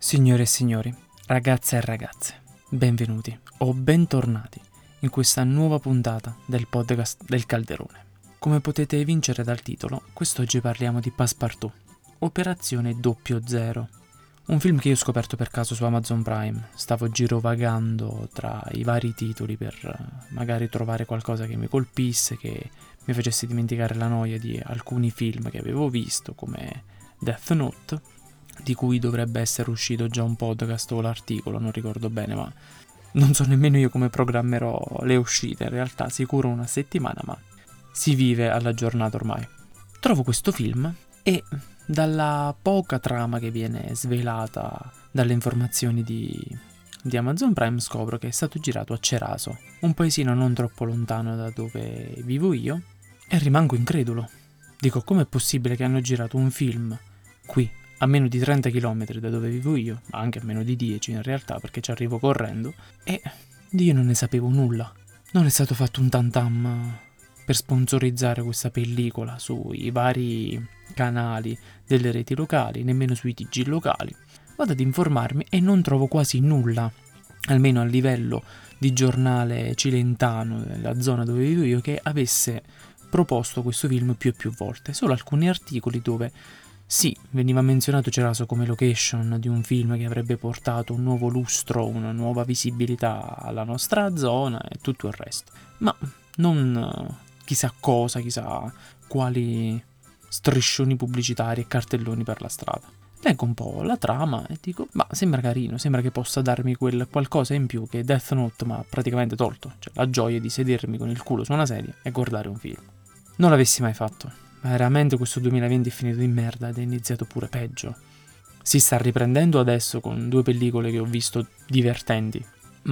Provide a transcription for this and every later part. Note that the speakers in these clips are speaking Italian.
Signore e signori, ragazze e ragazze, benvenuti o bentornati in questa nuova puntata del podcast del Calderone. Come potete evincere dal titolo, quest'oggi parliamo di Passepartout, Operazione 00, un film che io ho scoperto per caso su Amazon Prime. Stavo girovagando tra i vari titoli per magari trovare qualcosa che mi colpisse, che mi facesse dimenticare la noia di alcuni film che avevo visto, come Death Note, di cui dovrebbe essere uscito già un podcast o l'articolo, non ricordo bene, ma non so nemmeno io come programmerò le uscite, in realtà sicuro una settimana, ma si vive alla giornata ormai. Trovo questo film e dalla poca trama che viene svelata dalle informazioni di Amazon Prime scopro che è stato girato a Ceraso, un paesino non troppo lontano da dove vivo io, e rimango incredulo. Dico, com'è possibile che hanno girato un film qui, a meno di 30 km da dove vivo io, ma anche a meno di 10 in realtà, perché ci arrivo correndo, e io non ne sapevo nulla. Non è stato fatto un tantam per sponsorizzare questa pellicola sui vari canali delle reti locali, nemmeno sui TG locali. Vado ad informarmi e non trovo quasi nulla, almeno a livello di giornale cilentano della zona dove vivo io, che avesse proposto questo film più e più volte. Solo alcuni articoli dove sì, veniva menzionato Ceraso come location di un film che avrebbe portato un nuovo lustro, una nuova visibilità alla nostra zona e tutto il resto. Ma non chissà cosa, chissà quali striscioni pubblicitari e cartelloni per la strada. Leggo un po' la trama e dico, ma sembra carino, sembra che possa darmi quel qualcosa in più che Death Note mi ha praticamente tolto, cioè la gioia di sedermi con il culo su una sedia e guardare un film. Non l'avessi mai fatto. Ma veramente questo 2020 è finito in merda ed è iniziato pure peggio. Si sta riprendendo adesso con 2 pellicole che ho visto divertenti,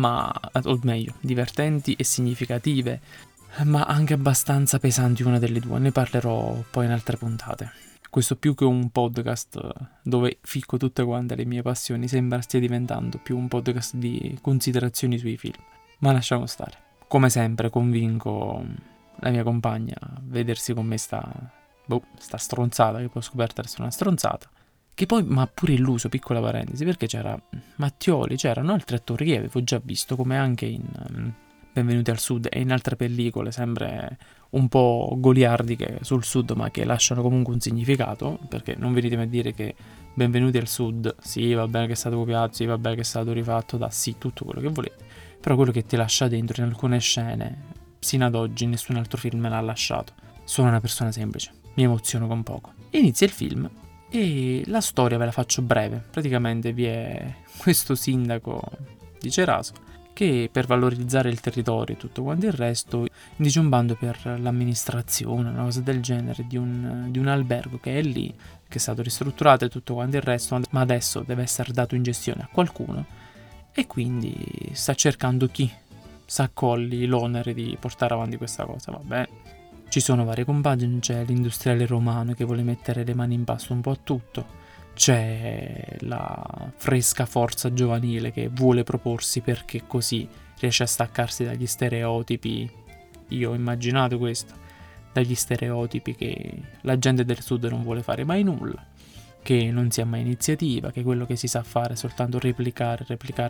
o meglio, divertenti e significative, ma anche abbastanza pesanti una delle due. Ne parlerò poi in altre puntate. Questo più che un podcast dove ficco tutte quante le mie passioni sembra stia diventando più un podcast di considerazioni sui film. Ma lasciamo stare. Come sempre convinco la mia compagna a vedersi con me sta stronzata, che poi ho scoperto essere una stronzata, che poi mi ha pure illuso, piccola parentesi, perché c'era Mattioli, c'erano altri attori che avevo già visto, come anche in Benvenuti al Sud e in altre pellicole sempre un po' goliardiche sul Sud, ma che lasciano comunque un significato, perché non venitemi a dire che Benvenuti al Sud, sì, va bene che è stato copiato, sì, va bene che è stato rifatto da sì, tutto quello che volete, però quello che ti lascia dentro in alcune scene, sino ad oggi nessun altro film me l'ha lasciato. Sono una persona semplice, mi emoziono con poco. Inizia il film e la storia ve la faccio breve. Praticamente vi è questo sindaco di Ceraso che, per valorizzare il territorio e tutto quanto il resto, dice un bando per l'amministrazione, una cosa del genere, di un albergo che è lì, che è stato ristrutturato e tutto quanto il resto, ma adesso deve essere dato in gestione a qualcuno, e quindi sta cercando chi s'accolli l'onere di portare avanti questa cosa. Vabbè, ci sono varie compagini, c'è l'industriale romano che vuole mettere le mani in pasto un po' a tutto, c'è la fresca forza giovanile che vuole proporsi perché così riesce a staccarsi dagli stereotipi, io ho immaginato questo, dagli stereotipi che la gente del sud non vuole fare mai nulla, che non si ha mai iniziativa, che quello che si sa fare è soltanto replicare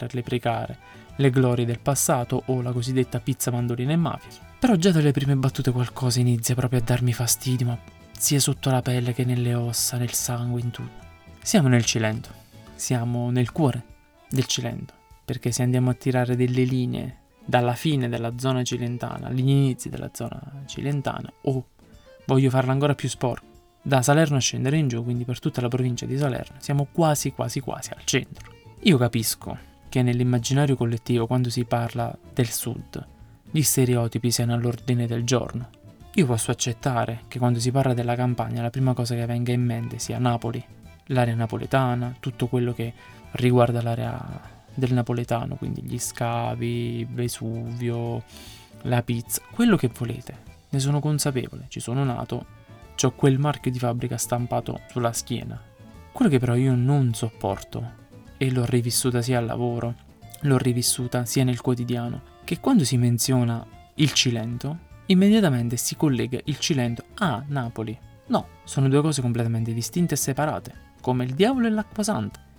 le glorie del passato, o la cosiddetta pizza, mandolina e mafia. Però già dalle prime battute qualcosa inizia proprio a darmi fastidio, ma sia sotto la pelle che nelle ossa, nel sangue, in tutto. Siamo nel Cilento, siamo nel cuore del Cilento, perché se andiamo a tirare delle linee dalla fine della zona cilentana agli inizi della zona cilentana, o voglio farla ancora più sporca, da Salerno a scendere in giù, quindi per tutta la provincia di Salerno, siamo quasi al centro. Io capisco che nell'immaginario collettivo, quando si parla del sud, gli stereotipi siano all'ordine del giorno. Io posso accettare che quando si parla della Campania la prima cosa che venga in mente sia Napoli, l'area napoletana, tutto quello che riguarda l'area del napoletano, quindi gli scavi, Vesuvio, la pizza, quello che volete. Ne sono consapevole, ci sono nato, c'ho quel marchio di fabbrica stampato sulla schiena. Quello che però io non sopporto, e l'ho rivissuta sia al lavoro, l'ho rivissuta sia nel quotidiano, che quando si menziona il Cilento, immediatamente si collega il Cilento a Napoli. No, sono due cose completamente distinte e separate, come il diavolo e l'acqua santa.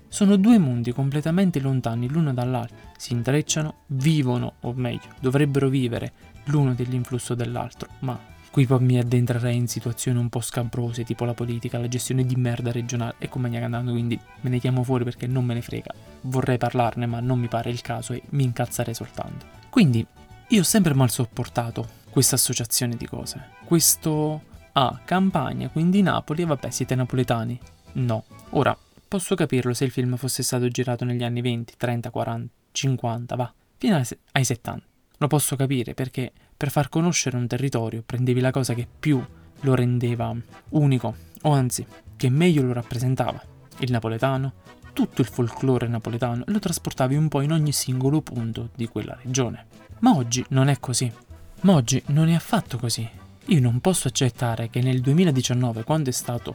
Sono due mondi completamente lontani l'uno dall'altro, si intrecciano, vivono, o meglio, dovrebbero vivere l'uno dell'influsso dell'altro, ma qui poi mi addentrerei in situazioni un po' scabrose, tipo la politica, la gestione di merda regionale e compagnia cantando, quindi me ne chiamo fuori perché non me ne frega. Vorrei parlarne, ma non mi pare il caso e mi incazzerei soltanto. Quindi, io ho sempre mal sopportato questa associazione di cose. Questo... Campania, quindi Napoli, e vabbè, siete napoletani? No. Ora, posso capirlo se il film fosse stato girato negli anni 20, 30, 40, 50, va, fino ai 70. Lo posso capire perché per far conoscere un territorio prendevi la cosa che più lo rendeva unico, o anzi, che meglio lo rappresentava, il napoletano, tutto il folklore napoletano, e lo trasportavi un po' in ogni singolo punto di quella regione. Ma oggi non è così. Ma oggi non è affatto così. Io non posso accettare che nel 2019, quando è stato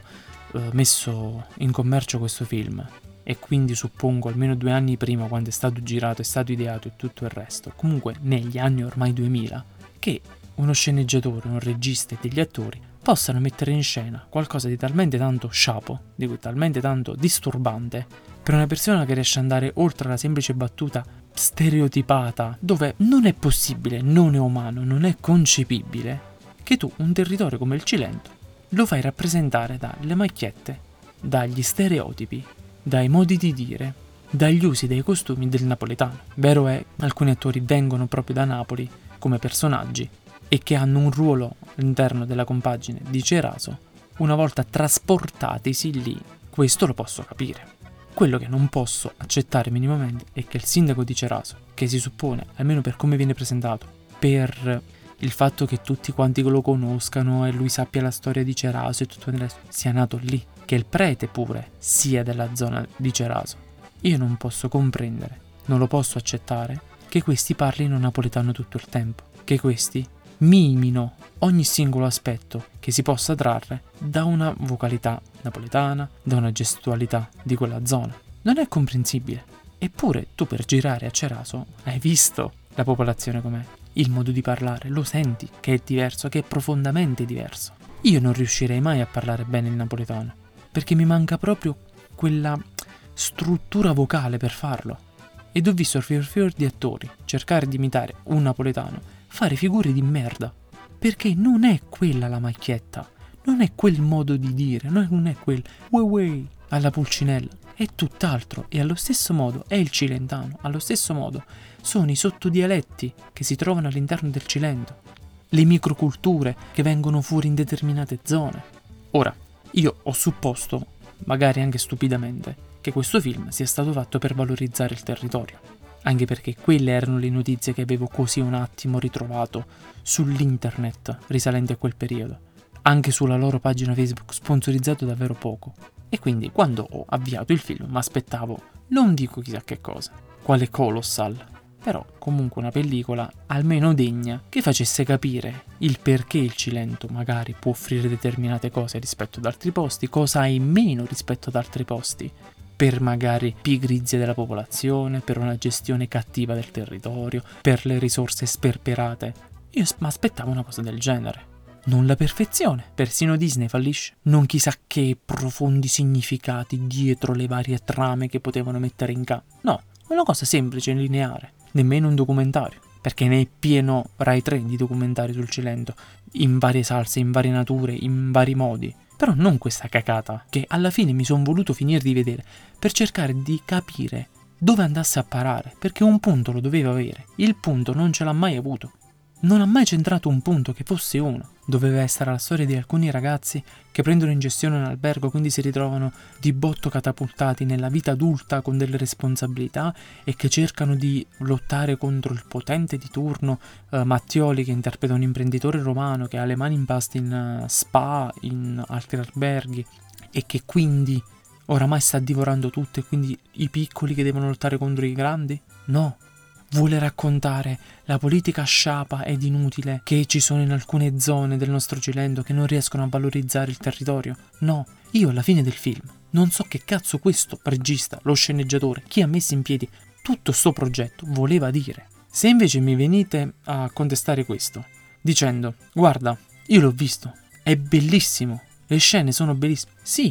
messo in commercio questo film, e quindi suppongo almeno 2 anni prima, quando è stato girato, è stato ideato e tutto il resto, comunque negli anni ormai 2000, che uno sceneggiatore, un regista e degli attori possano mettere in scena qualcosa di talmente tanto sciapo, di talmente tanto disturbante, per una persona che riesce ad andare oltre la semplice battuta stereotipata, dove non è possibile, non è umano, non è concepibile che tu un territorio come il Cilento lo fai rappresentare dalle macchiette, dagli stereotipi, dai modi di dire, dagli usi dei costumi del napoletano. Vero è, alcuni attori vengono proprio da Napoli come personaggi e che hanno un ruolo all'interno della compagine di Ceraso, una volta trasportatisi lì, questo lo posso capire. Quello che non posso accettare minimamente è che il sindaco di Ceraso, che si suppone, almeno per come viene presentato, per il fatto che tutti quanti lo conoscano e lui sappia la storia di Ceraso e tutto il resto, sia nato lì, che il prete pure sia della zona di Ceraso. Io non posso comprendere, non lo posso accettare, che questi parlino napoletano tutto il tempo, che questi mimino ogni singolo aspetto che si possa trarre da una vocalità napoletana, da una gestualità di quella zona. Non è comprensibile. Eppure tu per girare a Ceraso hai visto la popolazione com'è, il modo di parlare, lo senti che è diverso, che è profondamente diverso. Io non riuscirei mai a parlare bene il napoletano, perché mi manca proprio quella struttura vocale per farlo. Ed ho visto fior di attori cercare di imitare un napoletano, fare figure di merda, perché non è quella la macchietta, non è quel modo di dire, non è quel wey alla Pulcinella, è tutt'altro, e allo stesso modo è il cilentano, allo stesso modo sono i sottodialetti che si trovano all'interno del Cilento, le microculture che vengono fuori in determinate zone. Ora, io ho supposto, magari anche stupidamente, che questo film sia stato fatto per valorizzare il territorio, anche perché quelle erano le notizie che avevo così un attimo ritrovato sull'internet risalenti a quel periodo, anche sulla loro pagina Facebook, sponsorizzato davvero poco. E quindi quando ho avviato il film mi aspettavo, non dico chissà che cosa, quale Colossal, però comunque una pellicola almeno degna che facesse capire il perché il Cilento magari può offrire determinate cose rispetto ad altri posti, cosa ha in meno rispetto ad altri posti, per magari pigrizia della popolazione, per una gestione cattiva del territorio, per le risorse sperperate. Io mi aspettavo una cosa del genere. Non la perfezione, persino Disney fallisce. Non chissà che profondi significati dietro le varie trame che potevano mettere in campo. No, una cosa semplice e lineare. Nemmeno un documentario, perché ne è pieno Rai 3 di documentari sul Cilento, in varie salse, in varie nature, in vari modi. Però non questa cacata, che alla fine mi sono voluto finire di vedere, per cercare di capire dove andasse a parare, perché un punto lo doveva avere, il punto non ce l'ha mai avuto. Non ha mai centrato un punto che fosse uno. Doveva essere la storia di alcuni ragazzi che prendono in gestione un albergo, quindi si ritrovano di botto catapultati nella vita adulta con delle responsabilità e che cercano di lottare contro il potente di turno Mattioli, che interpreta un imprenditore romano che ha le mani in pasta in spa, in altri alberghi, e che quindi oramai sta divorando tutto, e quindi i piccoli che devono lottare contro i grandi? No. Vuole raccontare la politica sciapa ed inutile che ci sono in alcune zone del nostro Cilento che non riescono a valorizzare il territorio? No, io alla fine del film non so che cazzo questo regista, lo sceneggiatore, chi ha messo in piedi tutto sto progetto voleva dire. Se invece mi venite a contestare questo, dicendo, guarda, io l'ho visto, è bellissimo, le scene sono bellissime, sì,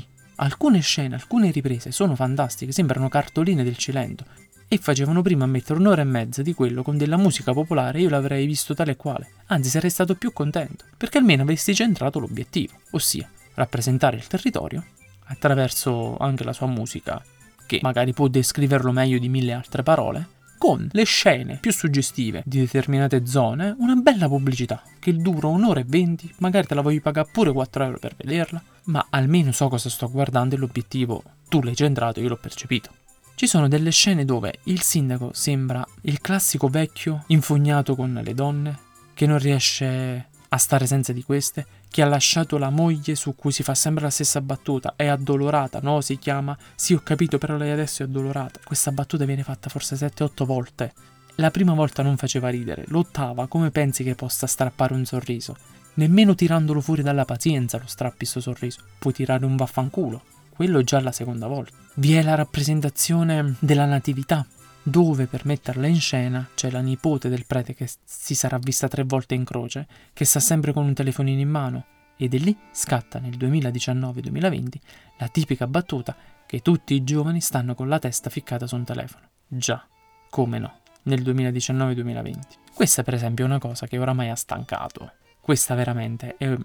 alcune scene, alcune riprese sono fantastiche, sembrano cartoline del Cilento. E facevano prima a mettere 1 ora e mezza di quello con della musica popolare, io l'avrei visto tale e quale. Anzi, sarei stato più contento, perché almeno avresti centrato l'obiettivo, ossia rappresentare il territorio attraverso anche la sua musica, che magari può descriverlo meglio di 1000 altre parole, con le scene più suggestive di determinate zone, una bella pubblicità, che dura 1 ora e 20, magari te la voglio pagare pure 4 euro per vederla, ma almeno so cosa sto guardando e l'obiettivo tu l'hai centrato, io l'ho percepito. Ci sono delle scene dove il sindaco sembra il classico vecchio infognato con le donne, che non riesce a stare senza di queste, che ha lasciato la moglie su cui si fa sempre la stessa battuta, è addolorata, no? Si chiama, sì ho capito però lei adesso è addolorata. Questa battuta viene fatta forse 7-8 volte. La prima volta non faceva ridere, l'8ª come pensi che possa strappare un sorriso? Nemmeno tirandolo fuori dalla pazienza lo strappi sto sorriso, puoi tirare un vaffanculo. Quello già la seconda volta. Vi è la rappresentazione della natività, dove per metterla in scena c'è la nipote del prete che si sarà vista 3 volte in croce, che sta sempre con un telefonino in mano, ed è lì scatta nel 2019-2020 la tipica battuta che tutti i giovani stanno con la testa ficcata su un telefono. Già, come no, nel 2019-2020. Questa per esempio è una cosa che oramai ha stancato. Questa veramente è,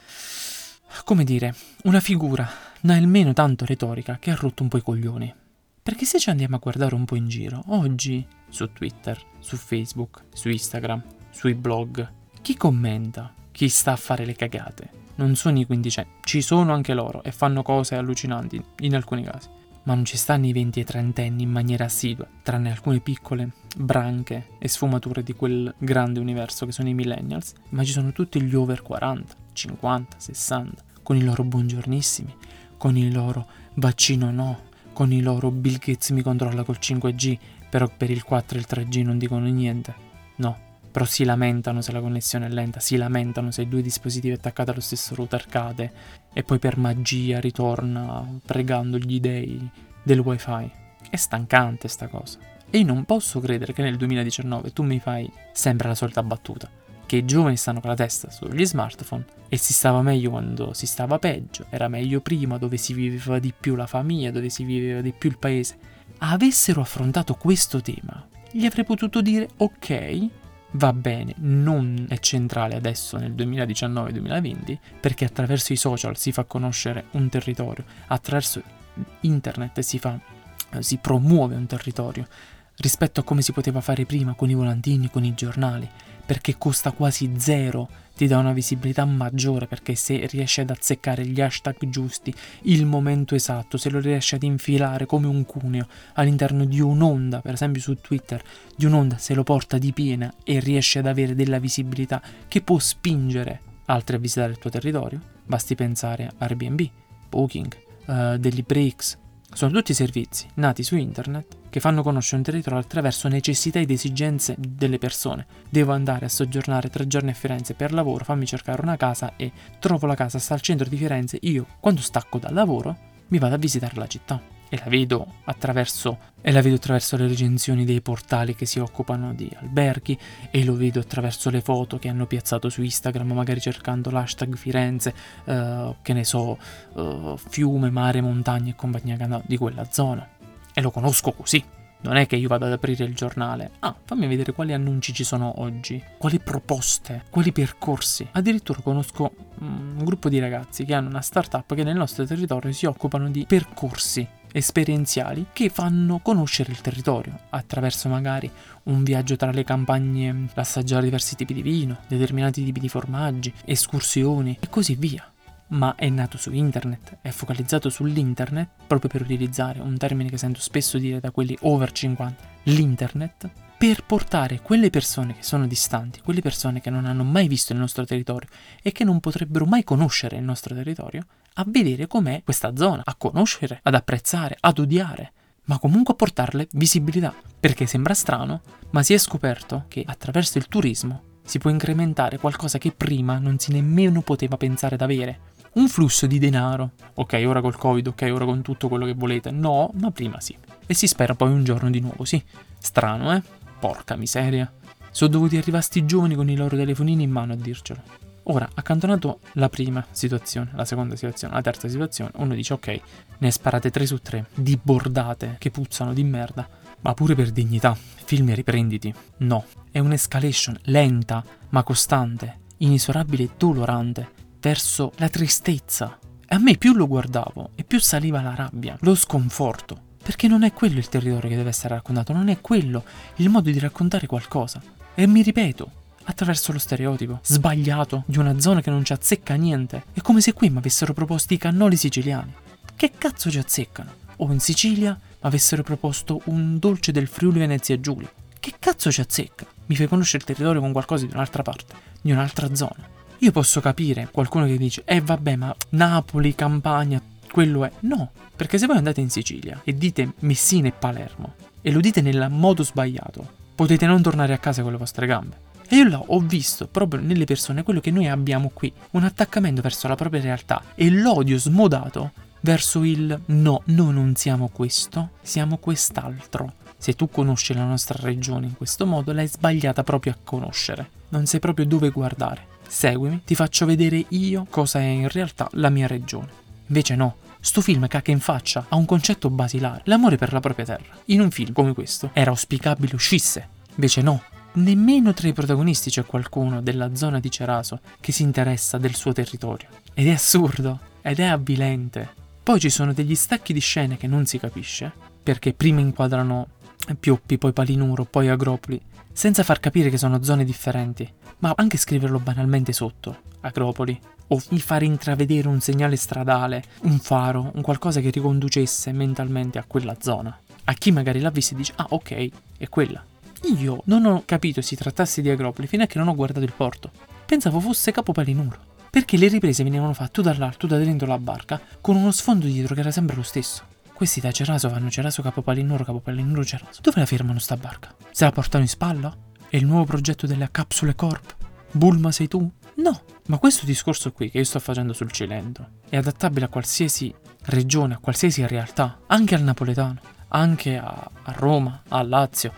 come dire, una figura almeno tanto retorica che ha rotto un po' i coglioni. Perché se ci andiamo a guardare un po' in giro, oggi, su Twitter, su Facebook, su Instagram, sui blog, chi commenta, chi sta a fare le cagate, non sono i quindicenni, ci sono anche loro e fanno cose allucinanti in alcuni casi, ma non ci stanno i 20 e 30enni in maniera assidua, tranne alcune piccole branche e sfumature di quel grande universo che sono i millennials, ma ci sono tutti gli over 40, 50, 60, con i loro buongiornissimi, con il loro vaccino no, con i loro Bill Gates mi controlla col 5G, però per il 4 e il 3G non dicono niente. No, però si lamentano se la connessione è lenta, si lamentano se i 2 dispositivi attaccati allo stesso router cade e poi per magia ritorna pregando gli dei del wifi. È stancante sta cosa. E io non posso credere che nel 2019 tu mi fai sempre la solita battuta, che i giovani stanno con la testa sugli smartphone e si stava meglio quando si stava peggio, era meglio prima, dove si viveva di più la famiglia, dove si viveva di più il paese. Avessero affrontato questo tema, gli avrei potuto dire ok, va bene, non è centrale adesso nel 2019-2020, perché attraverso i social si fa conoscere un territorio, attraverso internet si promuove un territorio, rispetto a come si poteva fare prima con i volantini, con i giornali, perché costa quasi zero, ti dà una visibilità maggiore, perché se riesci ad azzeccare gli hashtag giusti, il momento esatto, se lo riesci ad infilare come un cuneo all'interno di un'onda, per esempio su Twitter, di un'onda, se lo porta di piena e riesci ad avere della visibilità che può spingere altri a visitare il tuo territorio, basti pensare a Airbnb, Booking, degli Breaks. Sono tutti servizi nati su internet che fanno conoscere un territorio attraverso necessità ed esigenze delle persone. Devo andare a soggiornare 3 giorni a Firenze per lavoro, fammi cercare una casa e trovo la casa, sta al centro di Firenze, io quando stacco dal lavoro mi vado a visitare la città e la vedo attraverso le recensioni dei portali che si occupano di alberghi e lo vedo attraverso le foto che hanno piazzato su Instagram, magari cercando l'hashtag Firenze, che ne so, fiume, mare, montagne e compagnia di quella zona. E lo conosco così. Non è che io vado ad aprire il giornale. Fammi vedere quali annunci ci sono oggi, quali proposte, quali percorsi. Addirittura conosco un gruppo di ragazzi che hanno una startup che nel nostro territorio si occupano di percorsi esperienziali che fanno conoscere il territorio attraverso magari un viaggio tra le campagne, l'assaggiare diversi tipi di vino, determinati tipi di formaggi, escursioni e così via. Ma è nato su internet, è focalizzato sull'internet, proprio per utilizzare un termine che sento spesso dire da quelli over 50, l'internet, per portare quelle persone che sono distanti, quelle persone che non hanno mai visto il nostro territorio e che non potrebbero mai conoscere il nostro territorio, a vedere com'è questa zona, a conoscere, ad apprezzare, ad odiare, ma comunque a portarle visibilità. Perché sembra strano, ma si è scoperto che attraverso il turismo si può incrementare qualcosa che prima non si nemmeno poteva pensare d'avere. Un flusso di denaro. Ok, ora col Covid, ok, ora con tutto quello che volete. No, ma prima sì. E si spera poi un giorno di nuovo, sì. Strano, Porca miseria. Sono dovuti arrivare sti giovani con i loro telefonini in mano a dircelo. Ora, accantonato la prima situazione, la seconda situazione, la terza situazione, uno dice ok, ne sparate 3 su 3, di bordate che puzzano di merda, ma pure per dignità, film riprenditi. No, è un'escalation lenta ma costante, inesorabile e dolorante, verso la tristezza. E a me più lo guardavo e più saliva la rabbia, lo sconforto, perché non è quello il territorio che deve essere raccontato, non è quello il modo di raccontare qualcosa. E mi ripeto, attraverso lo stereotipo sbagliato di una zona che non ci azzecca niente. È come se qui mi avessero proposto i cannoli siciliani. Che cazzo ci azzeccano? O in Sicilia mi avessero proposto un dolce del Friuli Venezia Giulia. Che cazzo ci azzecca? Mi fai conoscere il territorio con qualcosa di un'altra parte, di un'altra zona. Io posso capire qualcuno che dice vabbè, ma Napoli, Campania, quello è. No, perché se voi andate in Sicilia e dite Messina e Palermo e lo dite nel modo sbagliato, potete non tornare a casa con le vostre gambe. E io là ho visto proprio nelle persone quello che noi abbiamo qui, un attaccamento verso la propria realtà e l'odio smodato verso il no, noi non siamo questo, siamo quest'altro. Se tu conosci la nostra regione in questo modo, l'hai sbagliata proprio a conoscere. Non sai proprio dove guardare. Seguimi, ti faccio vedere io cosa è in realtà la mia regione. Invece no, sto film cacca in faccia ha un concetto basilare, l'amore per la propria terra. In un film come questo era auspicabile uscisse, invece no. Nemmeno tra i protagonisti c'è qualcuno della zona di Ceraso che si interessa del suo territorio. Ed è assurdo, ed è avvilente. Poi ci sono degli stacchi di scene che non si capisce, perché prima inquadrano Pioppi, poi Palinuro, poi Agropoli, senza far capire che sono zone differenti, ma anche scriverlo banalmente sotto, Agropoli, o fare intravedere un segnale stradale, un faro, un qualcosa che riconducesse mentalmente a quella zona. A chi magari l'ha vista e dice, ah ok, è quella. Io non ho capito si trattasse di Agropoli fino a che non ho guardato il porto. Pensavo fosse Capo Palinuro, perché le riprese venivano fatte tu dall'alto, tu da dentro la barca, con uno sfondo dietro che era sempre lo stesso. Questi da Ceraso vanno Ceraso, Capo Palinuro, Ceraso. Dove la fermano sta barca? Se la portano in spalla? È il nuovo progetto delle capsule Corp? Bulma sei tu? No, ma questo discorso qui che io sto facendo sul Cilento è adattabile a qualsiasi regione, a qualsiasi realtà, anche al napoletano, anche a Roma, a Lazio,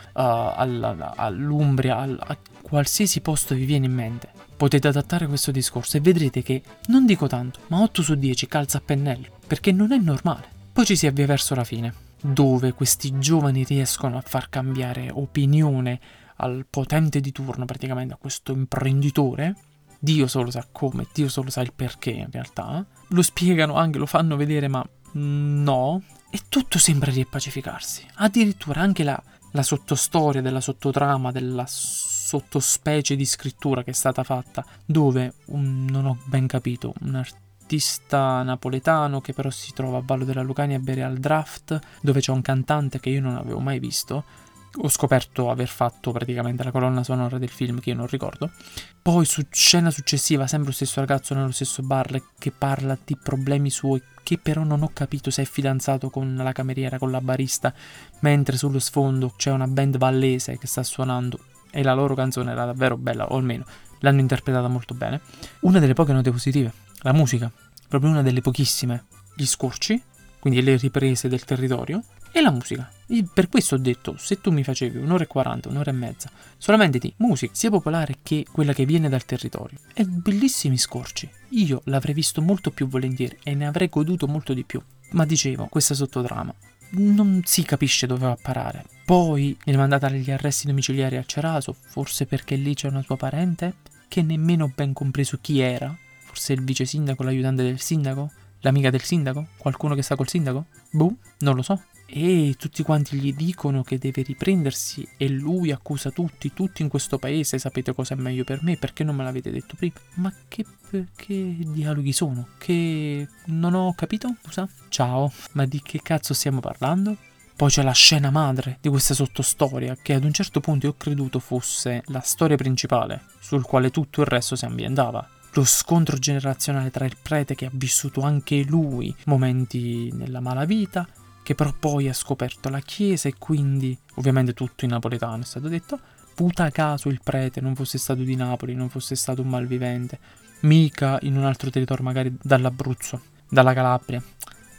all'Umbria, a qualsiasi posto vi viene in mente. Potete adattare questo discorso e vedrete che, non dico tanto, ma 8 su 10 calza a pennello, perché non è normale. Poi ci si avvia verso la fine, dove questi giovani riescono a far cambiare opinione al potente di turno, praticamente a questo imprenditore. Dio solo sa come, Dio solo sa il perché in realtà. Lo spiegano anche, lo fanno vedere, ma no. E tutto sembra riappacificarsi. Addirittura anche la sottostoria della sottotrama, della sottospecie di scrittura che è stata fatta, dove non ho ben capito, un artista napoletano che però si trova a Vallo della Lucania a bere al draft, dove c'è un cantante che io non avevo mai visto. Ho scoperto aver fatto praticamente la colonna sonora del film che io non ricordo. Poi su scena successiva sempre lo stesso ragazzo nello stesso bar che parla di problemi suoi, che però non ho capito se è fidanzato con la cameriera, con la barista, mentre sullo sfondo c'è una band vallese che sta suonando e la loro canzone era davvero bella, o almeno l'hanno interpretata molto bene. Una delle poche note positive, la musica, proprio una delle pochissime. Gli scorci, quindi le riprese del territorio, e la musica. E per questo ho detto, se tu mi facevi 1 ora e 40, 1 ora e mezza, solamente di musica, sia popolare che quella che viene dal territorio, e bellissimi scorci, io l'avrei visto molto più volentieri e ne avrei goduto molto di più. Ma dicevo, questa sottotrama non si capisce dove va a parare. Poi viene mandata agli arresti domiciliari a Ceraso, forse perché lì c'è una sua parente, che nemmeno ho ben compreso chi era, forse il vice sindaco, l'aiutante del sindaco, l'amica del sindaco, qualcuno che sta col sindaco? Boh, non lo so. E tutti quanti gli dicono che deve riprendersi e lui accusa tutti in questo paese, sapete cosa è meglio per me, perché non me l'avete detto prima? Ma che dialoghi sono? Che non ho capito? Scusa? Ciao, ma di che cazzo stiamo parlando? Poi c'è la scena madre di questa sottostoria, che ad un certo punto io ho creduto fosse la storia principale, sul quale tutto il resto si ambientava. Lo scontro generazionale tra il prete, che ha vissuto anche lui momenti nella malavita, che però poi ha scoperto la chiesa e quindi, ovviamente tutto in napoletano è stato detto, puta caso il prete non fosse stato di Napoli, non fosse stato un malvivente, mica in un altro territorio magari dall'Abruzzo, dalla Calabria.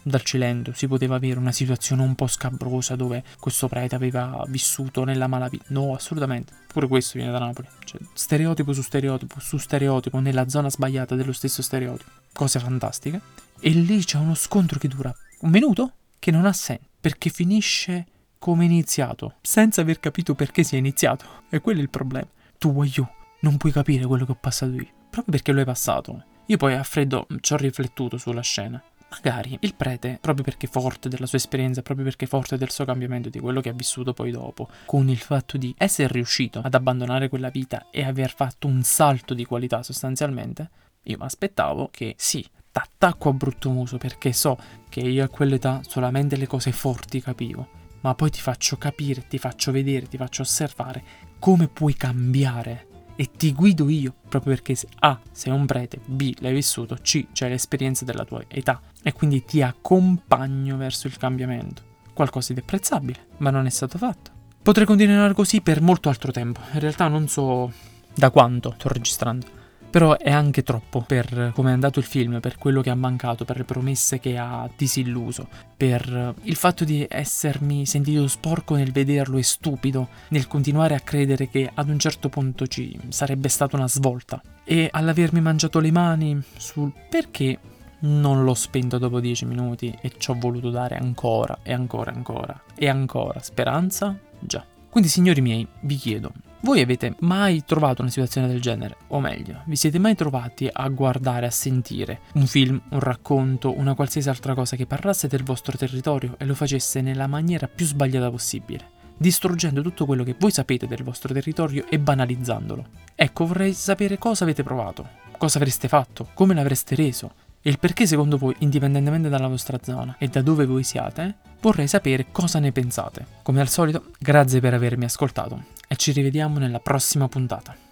dal Cilento si poteva avere una situazione un po' scabrosa dove questo prete aveva vissuto nella malavita. No, assolutamente. Pure questo viene da Napoli. Cioè, stereotipo su stereotipo su stereotipo nella zona sbagliata dello stesso stereotipo. Cose fantastiche. E lì c'è uno scontro che dura un minuto che non ha senso, perché finisce come è iniziato, senza aver capito perché si è iniziato. E quello è il problema. Tu, voglio, non puoi capire quello che ho passato io, proprio perché lo hai passato. Io poi a freddo ci ho riflettuto sulla scena. Magari il prete, proprio perché è forte della sua esperienza, proprio perché è forte del suo cambiamento, di quello che ha vissuto poi dopo, con il fatto di essere riuscito ad abbandonare quella vita e aver fatto un salto di qualità sostanzialmente, io mi aspettavo che sì, t'attacco a brutto muso perché so che io a quell'età solamente le cose forti capivo, ma poi ti faccio capire, ti faccio vedere, ti faccio osservare come puoi cambiare. E ti guido io, proprio perché A, sei un prete, B, l'hai vissuto, C, c'è l'esperienza della tua età e quindi ti accompagno verso il cambiamento. Qualcosa di apprezzabile, ma non è stato fatto. Potrei continuare così per molto altro tempo, in realtà non so da quanto sto registrando, però è anche troppo per come è andato il film, per quello che ha mancato, per le promesse che ha disilluso, per il fatto di essermi sentito sporco nel vederlo e stupido nel continuare a credere che ad un certo punto ci sarebbe stata una svolta, e all'avermi mangiato le mani sul perché non l'ho spento dopo 10 minuti e ci ho voluto dare ancora e ancora e ancora e ancora speranza. Già. Quindi, signori miei, vi chiedo, voi avete mai trovato una situazione del genere? O meglio, vi siete mai trovati a guardare, a sentire un film, un racconto, una qualsiasi altra cosa che parlasse del vostro territorio e lo facesse nella maniera più sbagliata possibile, distruggendo tutto quello che voi sapete del vostro territorio e banalizzandolo? Ecco, vorrei sapere cosa avete provato, cosa avreste fatto, come l'avreste reso, e il perché secondo voi, indipendentemente dalla vostra zona e da dove voi siate, vorrei sapere cosa ne pensate. Come al solito, grazie per avermi ascoltato e ci rivediamo nella prossima puntata.